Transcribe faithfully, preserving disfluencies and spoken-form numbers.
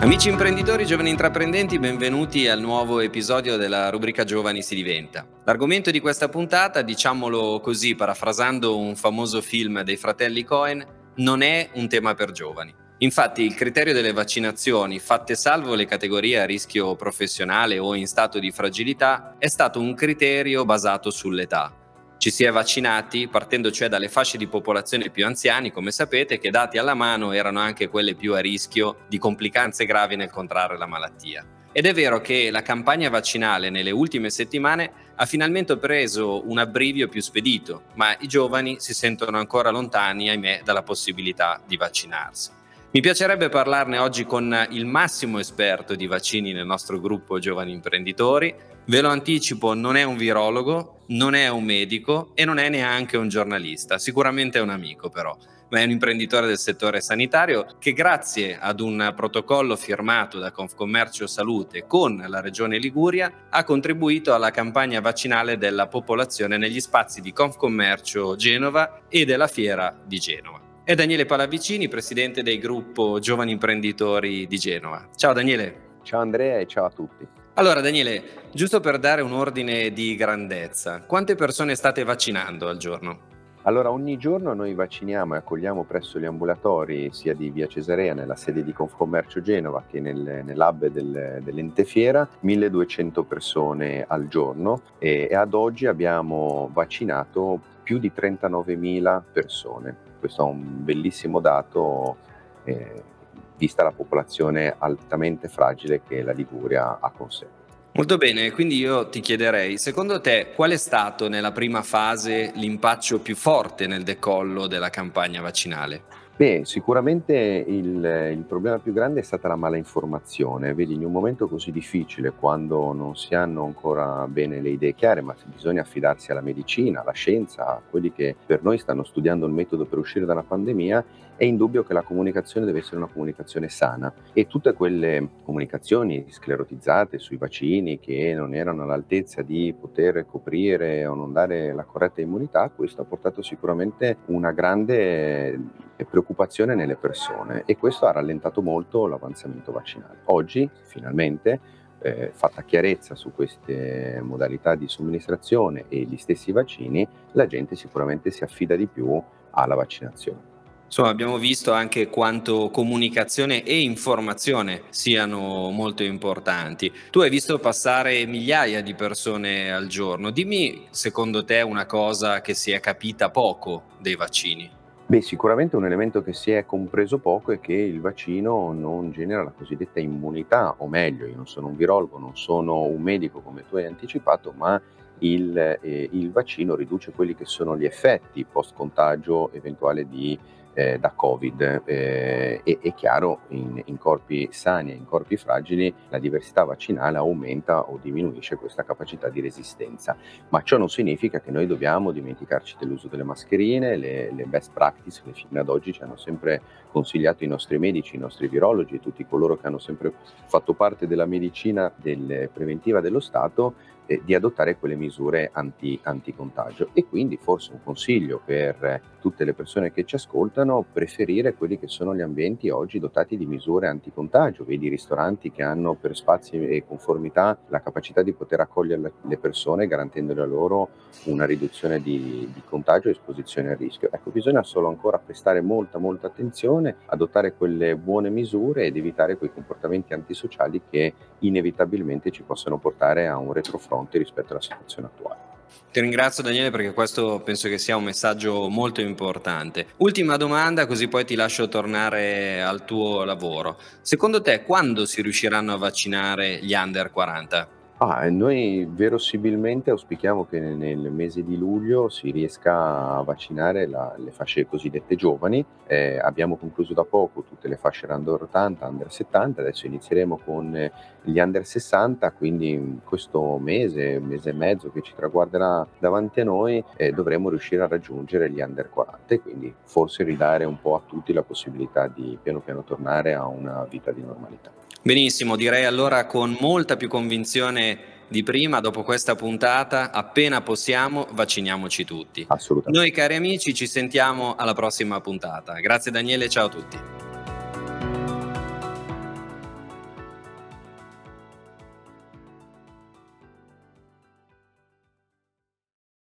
Amici imprenditori, giovani intraprendenti, benvenuti al nuovo episodio della rubrica Giovani si diventa. L'argomento di questa puntata, diciamolo così, parafrasando un famoso film dei fratelli Coen, non è un tema per giovani. Infatti il criterio delle vaccinazioni, fatte salvo le categorie a rischio professionale o in stato di fragilità, è stato un criterio basato sull'età. Ci si è vaccinati partendo cioè dalle fasce di popolazione più anziani, come sapete, che dati alla mano erano anche quelle più a rischio di complicanze gravi nel contrarre la malattia. Ed è vero che la campagna vaccinale nelle ultime settimane ha finalmente preso un abbrivio più spedito, ma i giovani si sentono ancora lontani, ahimè, dalla possibilità di vaccinarsi. Mi piacerebbe parlarne oggi con il massimo esperto di vaccini nel nostro gruppo Giovani Imprenditori. Ve lo anticipo, non è un virologo, non è un medico e non è neanche un giornalista, sicuramente è un amico però, ma è un imprenditore del settore sanitario che grazie ad un protocollo firmato da Confcommercio Salute con la Regione Liguria ha contribuito alla campagna vaccinale della popolazione negli spazi di Confcommercio Genova e della Fiera di Genova. È Daniele Pallavicini, presidente del gruppo Giovani Imprenditori di Genova. Ciao Daniele. Ciao Andrea e ciao a tutti. Allora Daniele, giusto per dare un ordine di grandezza, quante persone state vaccinando al giorno? Allora, ogni giorno noi vacciniamo e accogliamo presso gli ambulatori sia di Via Cesarea, nella sede di Confcommercio Genova, che nel, nell'hub del, dell'Ente Fiera, milleduecento persone al giorno e, e ad oggi abbiamo vaccinato più di trentanovemila persone. Questo è un bellissimo dato eh, vista la popolazione altamente fragile che la Liguria ha con sé. Molto bene, quindi io ti chiederei, secondo te qual è stato nella prima fase l'impatto più forte nel decollo della campagna vaccinale? Beh, sicuramente il, il problema più grande è stata la mala informazione. Vedi, in un momento così difficile, quando non si hanno ancora bene le idee chiare, ma bisogna affidarsi alla medicina, alla scienza, a quelli che per noi stanno studiando il metodo per uscire dalla pandemia, è indubbio che la comunicazione deve essere una comunicazione sana e tutte quelle comunicazioni sclerotizzate sui vaccini che non erano all'altezza di poter coprire o non dare la corretta immunità, questo ha portato sicuramente una grande preoccupazione nelle persone e questo ha rallentato molto l'avanzamento vaccinale. Oggi, finalmente, eh, fatta chiarezza su queste modalità di somministrazione e gli stessi vaccini, la gente sicuramente si affida di più alla vaccinazione. Insomma, abbiamo visto anche quanto comunicazione e informazione siano molto importanti. Tu hai visto passare migliaia di persone al giorno. Dimmi, secondo te, una cosa che si è capita poco dei vaccini. Beh, sicuramente un elemento che si è compreso poco è che il vaccino non genera la cosiddetta immunità, o meglio, io non sono un virologo, non sono un medico come tu hai anticipato, ma il, eh, il vaccino riduce quelli che sono gli effetti post-contagio eventuale di eh, da Covid. Eh, e è chiaro, in, in corpi sani e in corpi fragili la diversità vaccinale aumenta o diminuisce questa capacità di resistenza. Ma ciò non significa che noi dobbiamo dimenticarci dell'uso delle mascherine, le, le best practice che fino ad oggi ci hanno sempre consigliato i nostri medici, i nostri virologi e tutti coloro che hanno sempre fatto parte della medicina del, preventiva dello Stato, eh, di adottare quelle misure anti, anticontagio. E quindi forse un consiglio per tutte le persone che ci ascoltano: preferire quelli che sono gli ambienti oggi dotati di misure anticontagio, vedi i ristoranti che hanno per spazi e conformità la capacità di poter accogliere le persone garantendole a loro una riduzione di, di contagio e esposizione al rischio. Ecco, bisogna solo ancora prestare molta molta attenzione, adottare quelle buone misure ed evitare quei comportamenti antisociali che inevitabilmente ci possono portare a un retrofronte rispetto alla situazione attuale. Ti ringrazio Daniele, perché questo penso che sia un messaggio molto importante. Ultima domanda, così poi ti lascio tornare al tuo lavoro. Secondo te quando si riusciranno a vaccinare gli under quaranta? Ah, noi verosimilmente auspichiamo che ne- nel mese di luglio si riesca a vaccinare la- le fasce cosiddette giovani. Eh, abbiamo concluso da poco tutte le fasce under ottanta, under settanta, adesso inizieremo con eh, gli under sessanta, quindi in questo mese, mese e mezzo che ci traguarderà davanti a noi, eh, dovremo riuscire a raggiungere gli under quaranta e quindi forse ridare un po' a tutti la possibilità di piano piano tornare a una vita di normalità. Benissimo, direi allora con molta più convinzione di prima, dopo questa puntata, appena possiamo, vacciniamoci tutti. Assolutamente. Noi cari amici ci sentiamo alla prossima puntata. Grazie Daniele, ciao a tutti.